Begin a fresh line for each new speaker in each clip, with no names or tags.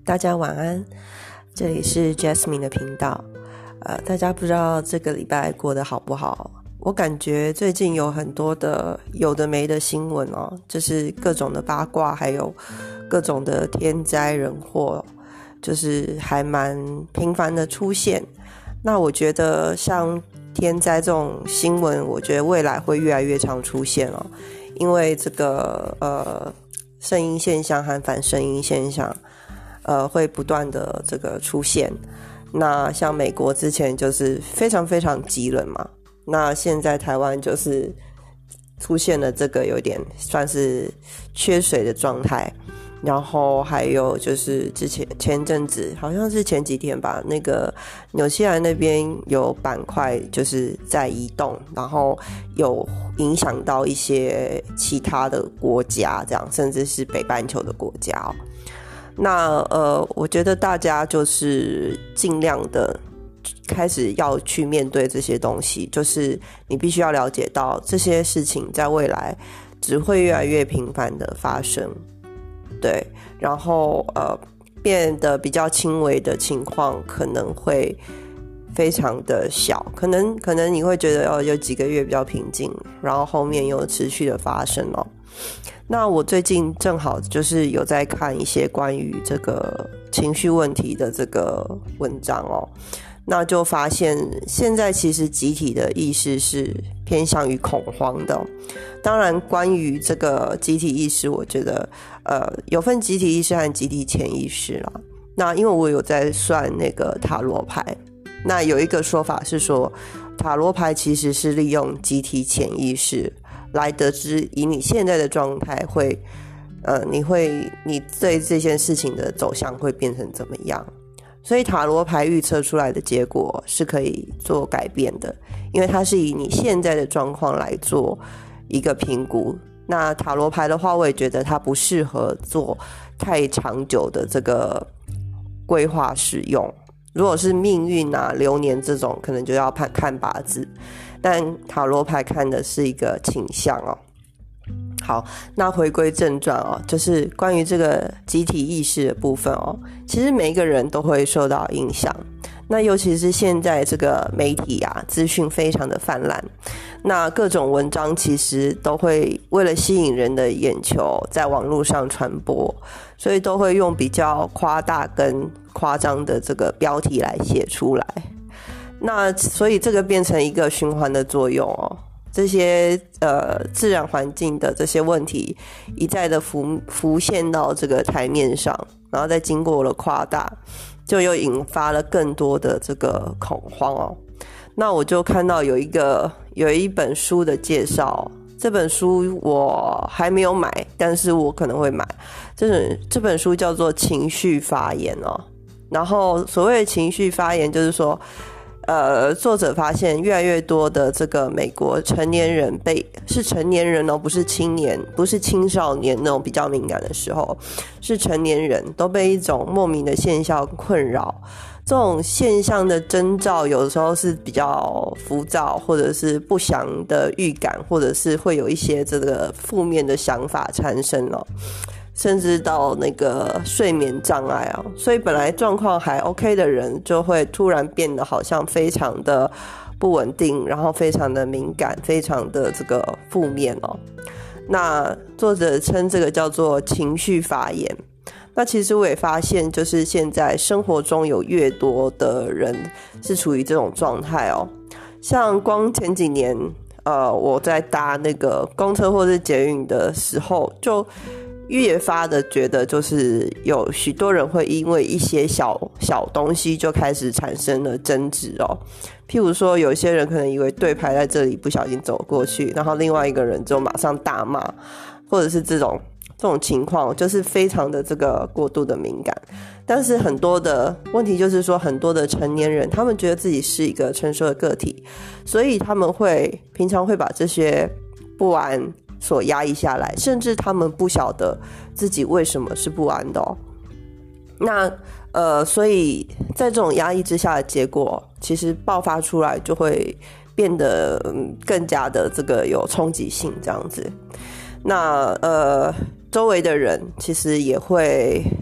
大家晚安，这里是 Jasmine 的频道。大家不知道这个礼拜过得好不好？我感觉最近有很多的有的没的新闻哦，就是各种的八卦，还有各种的天灾人祸，就是还蛮频繁的出现。那我觉得像天灾这种新闻，我觉得未来会越来越常出现哦，因为这个圣婴现象和反圣婴现象会不断的这个出现。那像美国之前就是非常非常极冷嘛，那现在台湾就是出现了这个有点算是缺水的状态。然后还有就是前阵子好像是前几天吧，那个纽西兰那边有板块就是在移动，然后有影响到一些其他的国家，这样甚至是北半球的国家哦。那我觉得大家就是尽量的开始要去面对这些东西，就是你必须要了解到这些事情在未来只会越来越频繁的发生。对，然后变得比较轻微的情况可能会非常的小，可能你会觉得有几个月比较平静，然后后面又持续的发生哦。那我最近正好就是有在看一些关于这个情绪问题的这个文章哦，那就发现现在其实集体的意识是偏向于恐慌的哦。当然关于这个集体意识，我觉得有分集体意识和集体潜意识啦。那因为我有在算那个塔罗牌，那有一个说法是说塔罗牌其实是利用集体潜意识来得知以你现在的状态会你对这件事情的走向会变成怎么样。所以塔罗牌预测出来的结果是可以做改变的，因为它是以你现在的状况来做一个评估。那塔罗牌的话，我也觉得它不适合做太长久的这个规划使用。如果是命运啊、流年这种，可能就要看八字，但塔罗牌看的是一个倾向哦。好，那回归正传哦，就是关于这个集体意识的部分哦，其实每一个人都会受到影响。那尤其是现在这个媒体啊，资讯非常的泛滥，那各种文章其实都会为了吸引人的眼球，在网络上传播，所以都会用比较夸大跟夸张的这个标题来写出来。那所以这个变成一个循环的作用哦。这些自然环境的这些问题一再的浮现到这个台面上，然后再经过了夸大，就又引发了更多的这个恐慌哦。那我就看到有一本书的介绍，这本书我还没有买，但是我可能会买。这本书叫做情绪发言哦。然后所谓的情绪发言就是说作者发现越来越多的这个美国成年人是成年人哦，不是青年，不是青少年那种比较敏感的时候，是成年人都被一种莫名的现象困扰。这种现象的征兆有的时候是比较浮躁，或者是不祥的预感，或者是会有一些这个负面的想法产生哦，甚至到那个睡眠障碍啊，所以本来状况还 OK 的人，就会突然变得好像非常的不稳定，然后非常的敏感，非常的这个负面哦。那作者称这个叫做情绪发言。那其实我也发现，就是现在生活中有越多的人是处于这种状态哦。像光前几年，我在搭那个公车或是捷运的时候，就越发的觉得就是有许多人会因为一些小东西就开始产生了争执哦。譬如说有些人可能以为队牌在这里，不小心走过去，然后另外一个人就马上大骂，或者是这种情况，就是非常的这个过度的敏感。但是很多的问题就是说，很多的成年人他们觉得自己是一个成熟的个体，所以他们平常会把这些不安所压抑下来，甚至他们不晓得自己为什么是不安的哦。那所以在这种压抑之下的结果，其实爆发出来就会变得更加的这个有冲击性这样子。那周围的人其实也会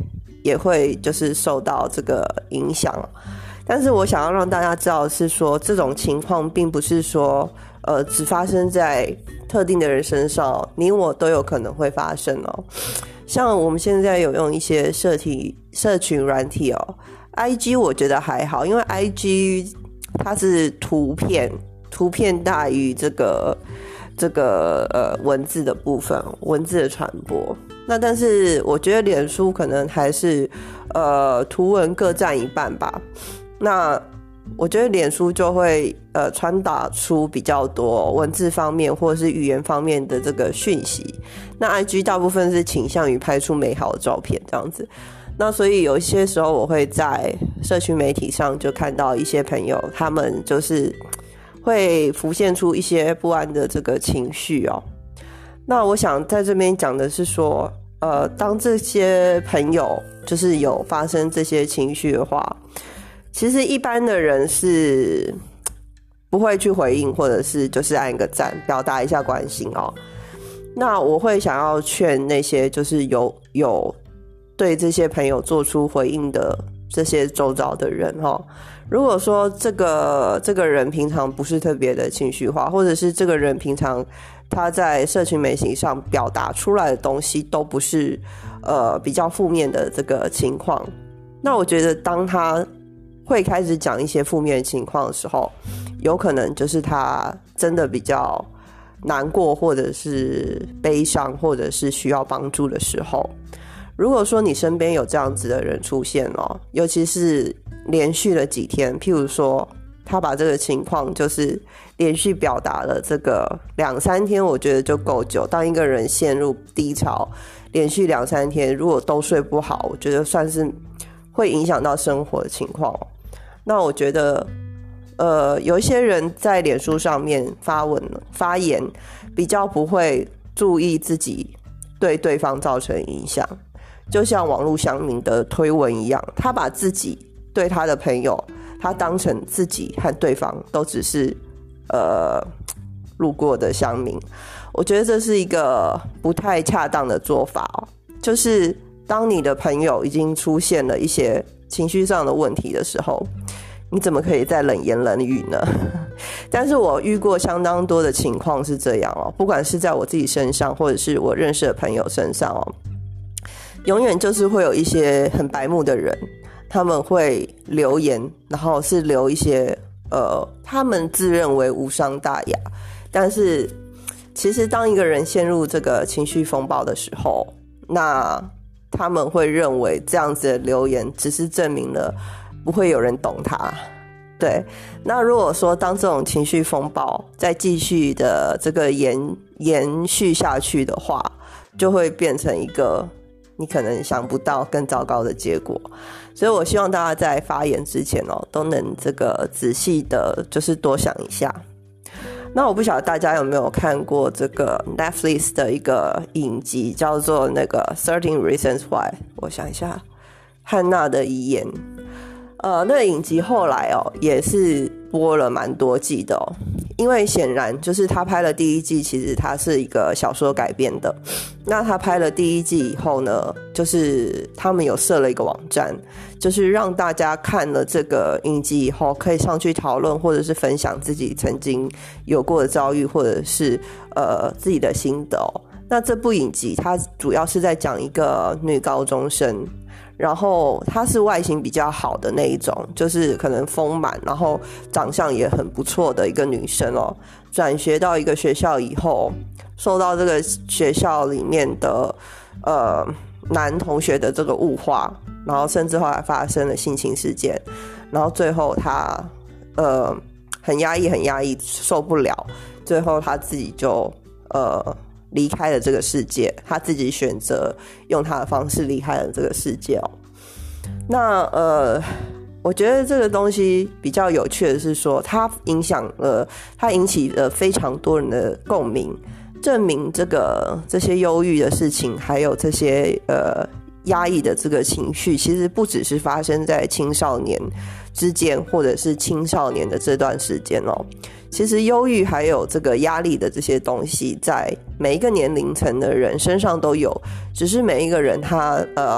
也会就是受到这个影响。但是我想要让大家知道的是说，这种情况并不是说只发生在特定的人身上，你我都有可能会发生哦。像我们现在有用一些社群软体哦 ，IG 我觉得还好，因为 IG 它是图片大于这个文字的部分，文字的传播。那但是我觉得脸书可能还是图文各占一半吧。那我觉得脸书就会传达出比较多文字方面或者是语言方面的这个讯息。那 IG 大部分是倾向于拍出美好的照片这样子。那所以有一些时候我会在社群媒体上就看到一些朋友，他们就是会浮现出一些不安的这个情绪哦。那我想在这边讲的是说，当这些朋友就是有发生这些情绪的话，其实一般的人是不会去回应，或者是就是按一个赞，表达一下关心哦。那我会想要劝那些就是有对这些朋友做出回应的这些周遭的人哦。如果说这个人平常不是特别的情绪化，或者是这个人平常他在社群媒体上表达出来的东西都不是比较负面的这个情况，那我觉得当他会开始讲一些负面的情况的时候，有可能就是他真的比较难过，或者是悲伤，或者是需要帮助的时候。如果说你身边有这样子的人出现哦，尤其是连续了几天，譬如说他把这个情况就是连续表达了这个2-3天，我觉得就够久。当一个人陷入低潮连续2-3天，如果都睡不好，我觉得算是会影响到生活的情况哦。那我觉得有一些人在脸书上面发言比较不会注意自己对对方造成影响，就像网络乡民的推文一样，他把自己对他的朋友，他当成自己和对方都只是路过的乡民。我觉得这是一个不太恰当的做法哦。就是当你的朋友已经出现了一些情绪上的问题的时候，你怎么可以再冷言冷语呢？但是我遇过相当多的情况是这样哦，不管是在我自己身上，或者是我认识的朋友身上哦，永远就是会有一些很白目的人，他们会留言，然后是留一些他们自认为无伤大雅，但是其实当一个人陷入这个情绪风暴的时候，那他们会认为这样子的留言只是证明了不会有人懂他。对，那如果说当这种情绪风暴再继续的这个延续下去的话，就会变成一个你可能想不到更糟糕的结果。所以我希望大家在发言之前都能这个仔细的就是多想一下。那我不晓得大家有没有看过这个 Netflix 的一个影集，叫做那个 13 Reasons Why。 我想一下，汉娜的遗言。那个影集后来也是播了蛮多季的因为显然就是他拍了第1季，其实他是一个小说改编的。那他拍了第1季以后呢，就是他们有设了一个网站，就是让大家看了这个影集以后可以上去讨论，或者是分享自己曾经有过的遭遇，或者是自己的心得那这部影集它主要是在讲一个女高中生，然后她是外形比较好的那一种，就是可能丰满，然后长相也很不错的一个女生转学到一个学校以后，受到这个学校里面的男同学的这个物化，然后甚至后来发生了性侵事件，然后最后她很压抑受不了，最后她自己就离开了这个世界，他自己选择用他的方式离开了这个世界那我觉得这个东西比较有趣的是说，它引起了非常多人的共鸣，证明这些忧郁的事情，还有这些压抑的这个情绪，其实不只是发生在青少年之间，或者是青少年的这段时间其实忧郁还有这个压力的这些东西，在每一个年龄层的人身上都有，只是每一个人他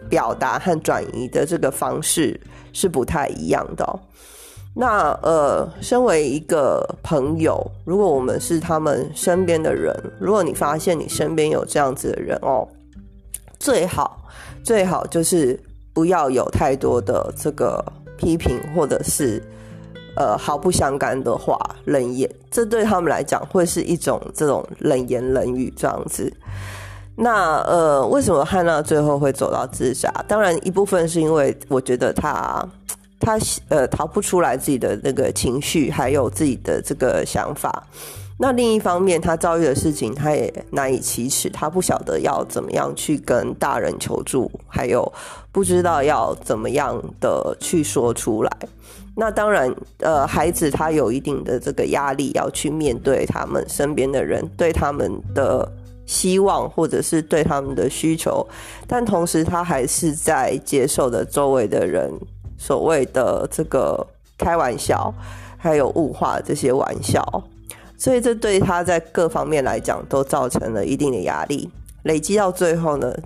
表达和转移的这个方式是不太一样的哦。那身为一个朋友，如果我们是他们身边的人，如果你发现你身边有这样子的人哦，最好就是不要有太多的这个批评或者是毫不相干的话冷言，这对他们来讲会是一种这种冷言冷语这样子。那为什么汉娜最后会走到自杀？当然一部分是因为我觉得他逃不出来自己的那个情绪，还有自己的这个想法。那另一方面，他遭遇的事情他也难以启齿，他不晓得要怎么样去跟大人求助，还有不知道要怎么样的去说出来。那当然孩子他有一定的这个压力要去面对他们身边的人对他们的希望或者是对他们的需求，但同时他还是在接受的周围的人所谓的这个开玩笑还有物化这些玩笑，所以这对他在各方面来讲都造成了一定的压力，累积到最后呢，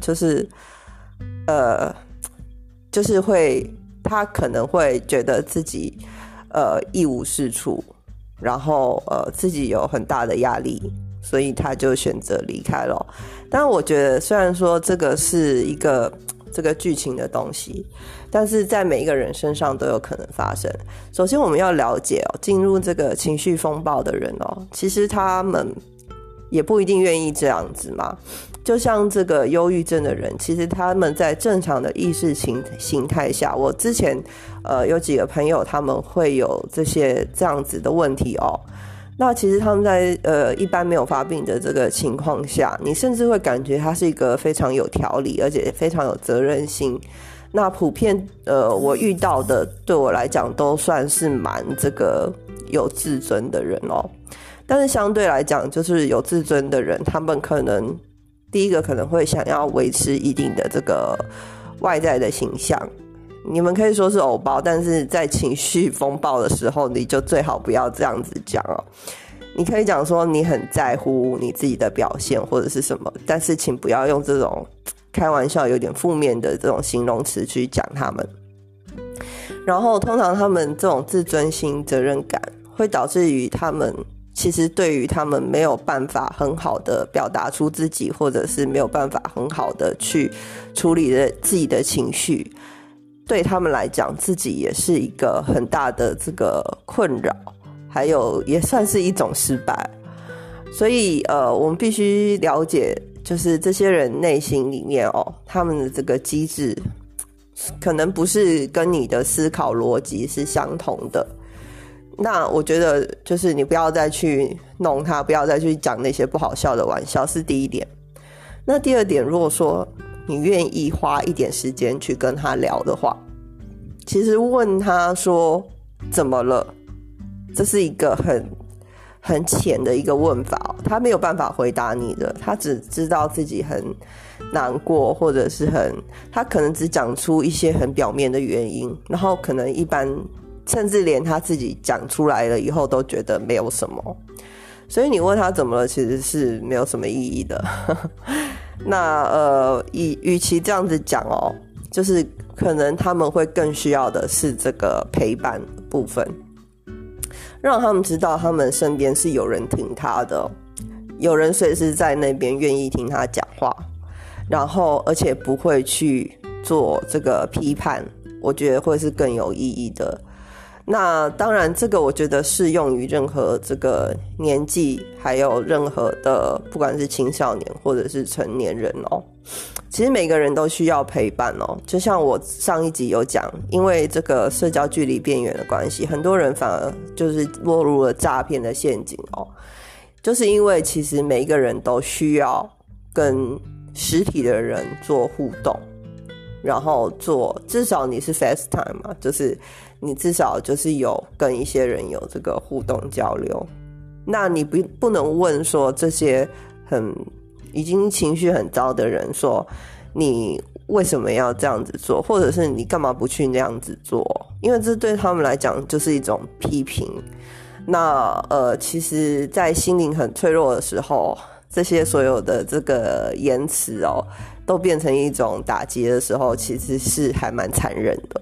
就是会他可能会觉得自己一无是处，然后自己有很大的压力，所以他就选择离开了。但我觉得虽然说这个是一个这个剧情的东西，但是在每一个人身上都有可能发生。首先我们要了解进入这个情绪风暴的人其实他们也不一定愿意这样子嘛。就像这个忧郁症的人，其实他们在正常的意识形态下，我之前有几个朋友他们会有这样子的问题那其实他们在一般没有发病的这个情况下，你甚至会感觉他是一个非常有条理而且非常有责任心。那普遍我遇到的对我来讲都算是蛮这个有自尊的人但是相对来讲，就是有自尊的人，他们可能第一个可能会想要维持一定的这个外在的形象，你们可以说是偶包，但是在情绪风暴的时候，你就最好不要这样子讲你可以讲说你很在乎你自己的表现或者是什么，但是请不要用这种开玩笑有点负面的这种形容词去讲他们。然后通常他们这种自尊心责任感会导致于他们其实对于他们没有办法很好的表达出自己，或者是没有办法很好的去处理自己的情绪，对他们来讲自己也是一个很大的这个困扰，还有也算是一种失败。所以我们必须了解，就是这些人内心里面他们的这个机制可能不是跟你的思考逻辑是相同的。那我觉得就是你不要再去弄他，不要再去讲那些不好笑的玩笑，是第一点。那第二点，如果说你愿意花一点时间去跟他聊的话，其实问他说怎么了，这是一个很浅的一个问法他没有办法回答你的，他只知道自己很难过，或者是他可能只讲出一些很表面的原因，然后可能一般甚至连他自己讲出来了以后都觉得没有什么，所以你问他怎么了其实是没有什么意义的那与其这样子讲就是可能他们会更需要的是这个陪伴部分，让他们知道他们身边是有人听他的有人随时在那边愿意听他讲话，然后而且不会去做这个批判，我觉得会是更有意义的。那当然这个我觉得适用于任何这个年纪，还有任何的不管是青少年或者是成年人其实每个人都需要陪伴就像我上一集有讲，因为这个社交距离边缘的关系，很多人反而就是落入了诈骗的陷阱就是因为其实每一个人都需要跟实体的人做互动，然后至少你是 FaceTime 嘛，就是你至少就是有跟一些人有这个互动交流。那你不能问说这些已经情绪很糟的人说你为什么要这样子做，或者是你干嘛不去那样子做，因为这对他们来讲就是一种批评。那其实在心灵很脆弱的时候，这些所有的这个言辞都变成一种打击的时候，其实是还蛮残忍的。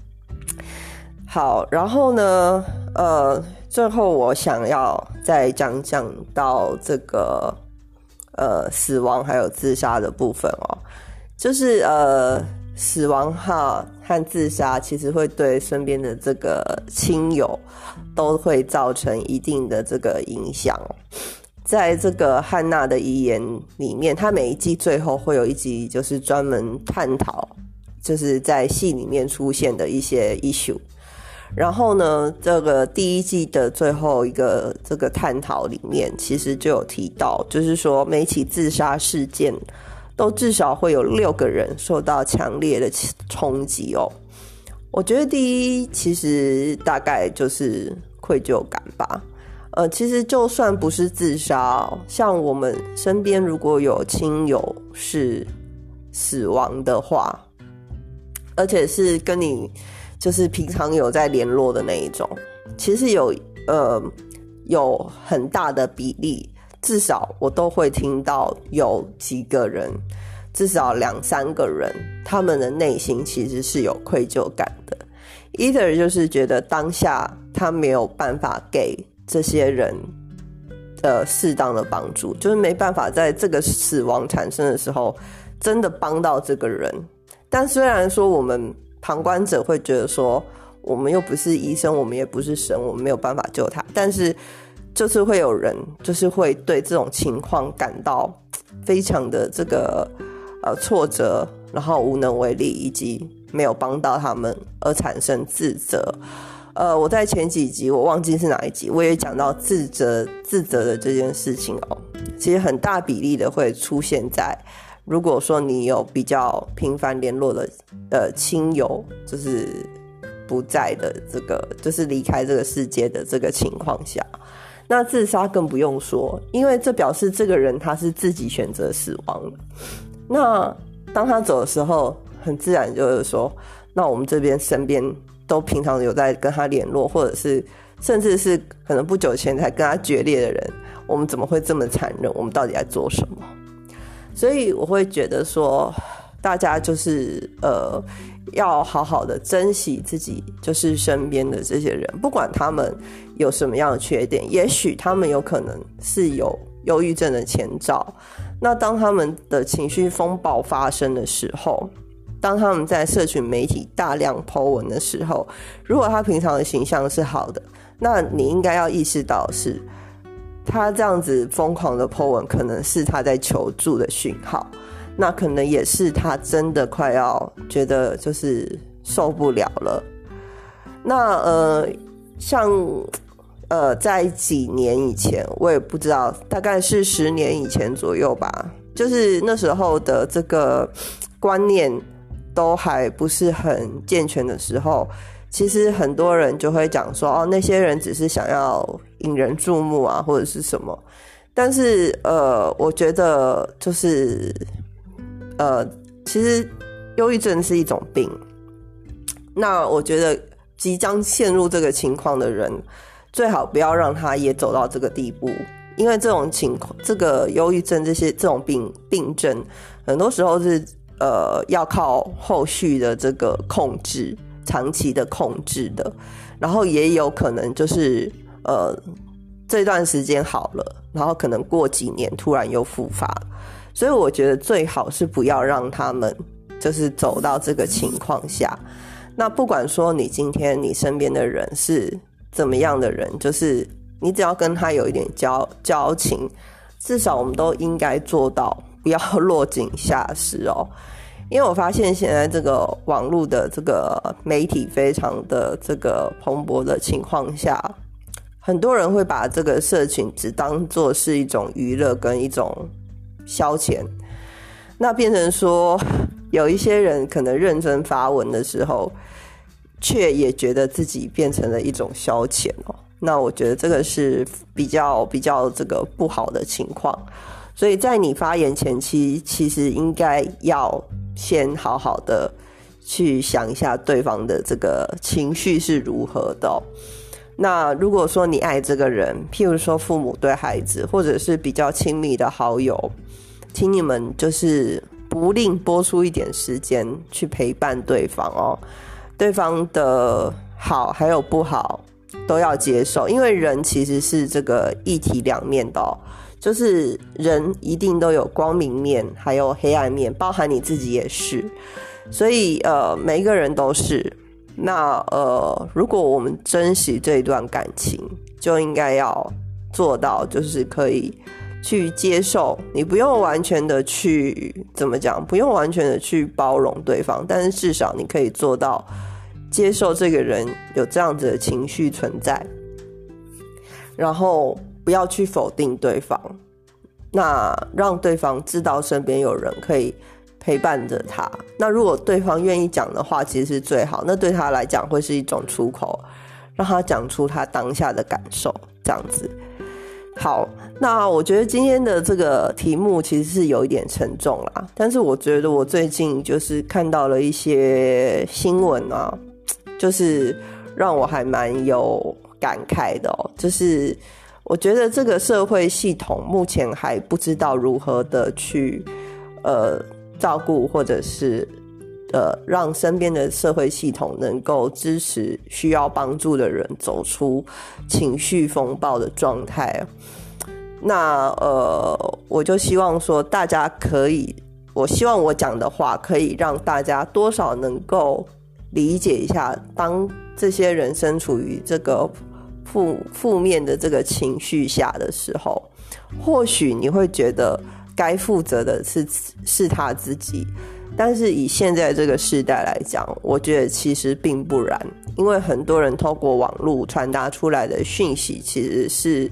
好，然后呢，最后我想要再讲到这个死亡还有自杀的部分哦，就是死亡和自杀其实会对身边的这个亲友都会造成一定的这个影响。在这个汉娜的遗言里面，她每一季最后会有一集就是专门探讨就是在戏里面出现的一些 issue。然后呢，这个第一季的最后一个这个探讨里面，其实就有提到，就是说每起自杀事件都至少会有6个人受到强烈的冲击哦。我觉得第一其实大概就是愧疚感吧。其实就算不是自杀像我们身边如果有亲友是死亡的话，而且是跟你就是平常有在联络的那一种，其实有很大的比例，至少我都会听到有几个人，至少2-3个人，他们的内心其实是有愧疚感的。either 就是觉得当下他没有办法给这些人适当的帮助，就是没办法在这个死亡产生的时候真的帮到这个人。但虽然说我们旁观者会觉得说我们又不是医生，我们也不是神，我们没有办法救他，但是就是会有人就是会对这种情况感到非常的这个挫折，然后无能为力，以及没有帮到他们而产生自责。我在前几集我忘记是哪一集，我也讲到自责的这件事情哦，其实很大比例的会出现在如果说你有比较频繁联络的亲友就是不在的这个就是离开这个世界的这个情况下。那自杀更不用说，因为这表示这个人他是自己选择死亡的。那当他走的时候，很自然就是说，那我们这边身边都平常有在跟他联络，或者是甚至是可能不久前才跟他决裂的人，我们怎么会这么残忍？我们到底在做什么？所以我会觉得说，大家就是要好好的珍惜自己就是身边的这些人，不管他们有什么样的缺点，也许他们有可能是有忧郁症的前兆。那当他们的情绪风暴发生的时候，当他们在社群媒体大量 po 文的时候，如果他平常的形象是好的，那你应该要意识到的是，他这样子疯狂的 po 文可能是他在求助的讯号，那可能也是他真的快要觉得就是受不了了。那像在几年以前，我也不知道，大概是10年以前左右吧，就是那时候的这个观念都还不是很健全的时候，其实很多人就会讲说，那些人只是想要引人注目啊，或者是什么。但是我觉得就是其实忧郁症是一种病。那我觉得即将陷入这个情况的人，最好不要让他也走到这个地步，因为这种情况，这个忧郁症这种病症，很多时候是要靠后续的这个控制，长期的控制的，然后也有可能就是这段时间好了，然后可能过几年突然又复发，所以我觉得最好是不要让他们就是走到这个情况下。那不管说你今天你身边的人是怎么样的人，就是你只要跟他有一点交情，至少我们都应该做到不要落井下石哦。因为我发现现在这个网络的这个媒体非常的这个蓬勃的情况下，很多人会把这个社群只当作是一种娱乐跟一种消遣，那变成说有一些人可能认真发文的时候，却也觉得自己变成了一种消遣哦。那我觉得这个是比较这个不好的情况，所以在你发言前期，其实应该要先好好的去想一下对方的这个情绪是如何的哦。那如果说你爱这个人，譬如说父母对孩子，或者是比较亲密的好友，请你们就是不吝拨出一点时间去陪伴对方哦，对方的好还有不好都要接受，因为人其实是这个一体两面的哦，就是人一定都有光明面还有黑暗面，包含你自己也是，所以每一个人都是。那如果我们珍惜这一段感情，就应该要做到就是可以去接受，你不用完全的去怎么讲，不用完全的去包容对方，但是至少你可以做到接受这个人有这样子的情绪存在，然后不要去否定对方，那让对方知道身边有人可以陪伴着他。那如果对方愿意讲的话，其实是最好，那对他来讲会是一种出口，让他讲出他当下的感受，这样子。好，那我觉得今天的这个题目其实是有一点沉重啦，但是我觉得我最近就是看到了一些新闻啊，就是让我还蛮有感慨的哦，就是我觉得这个社会系统目前还不知道如何的去照顾，或者是让身边的社会系统能够支持需要帮助的人走出情绪风暴的状态。那我就希望说大家可以，我希望我讲的话可以让大家多少能够理解一下，当这些人身处于这个负面的这个情绪下的时候，或许你会觉得该负责的是他自己，但是以现在这个时代来讲，我觉得其实并不然，因为很多人透过网络传达出来的讯息其实是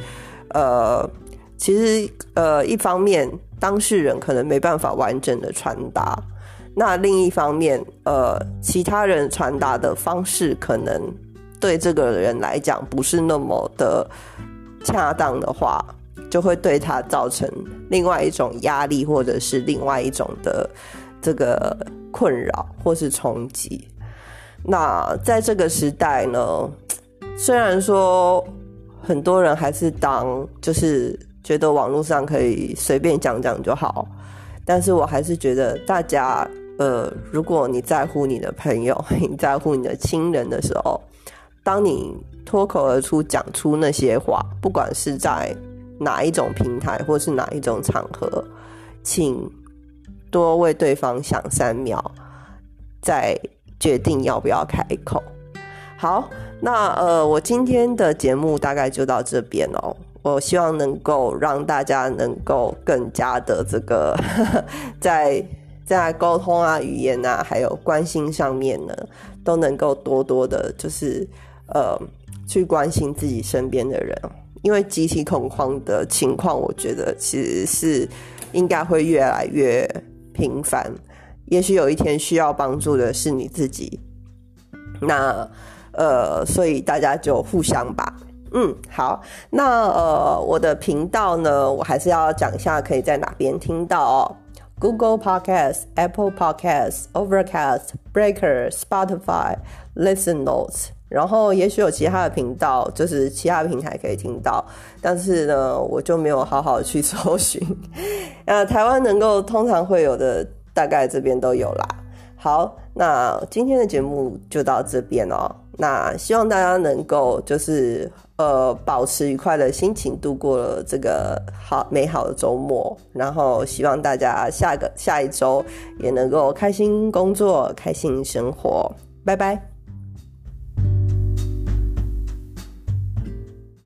一方面当事人可能没办法完整的传达，那另一方面其他人传达的方式可能对这个人来讲不是那么的恰当的话，就会对他造成另外一种压力，或者是另外一种的这个困扰或是冲击。那在这个时代呢，虽然说很多人还是就是觉得网络上可以随便讲讲就好，但是我还是觉得大家如果你在乎你的朋友，你在乎你的亲人的时候，当你脱口而出讲出那些话，不管是在哪一种平台或是哪一种场合，请多为对方想3秒，再决定要不要开口。好，那我今天的节目大概就到这边哦。我希望能够让大家能够更加的这个在沟通啊、语言啊还有关心上面呢，都能够多多的就是去关心自己身边的人，因为集体恐慌的情况我觉得其实是应该会越来越频繁，也许有一天需要帮助的是你自己，那所以大家就互相吧。好，那我的频道呢，我还是要讲一下可以在哪边听到哦。Google Podcast, Apple Podcast, Overcast, Breaker, Spotify, Listen Notes， 然后也许有其他的频道，就是其他的平台可以听到，但是呢我就没有好好去搜寻台湾通常会有的大概这边都有啦。好，那今天的节目就到这边哦。那希望大家能够就是保持愉快的心情度过了这个美好的周末，然后希望大家下一周也能够开心工作，开心生活。拜拜。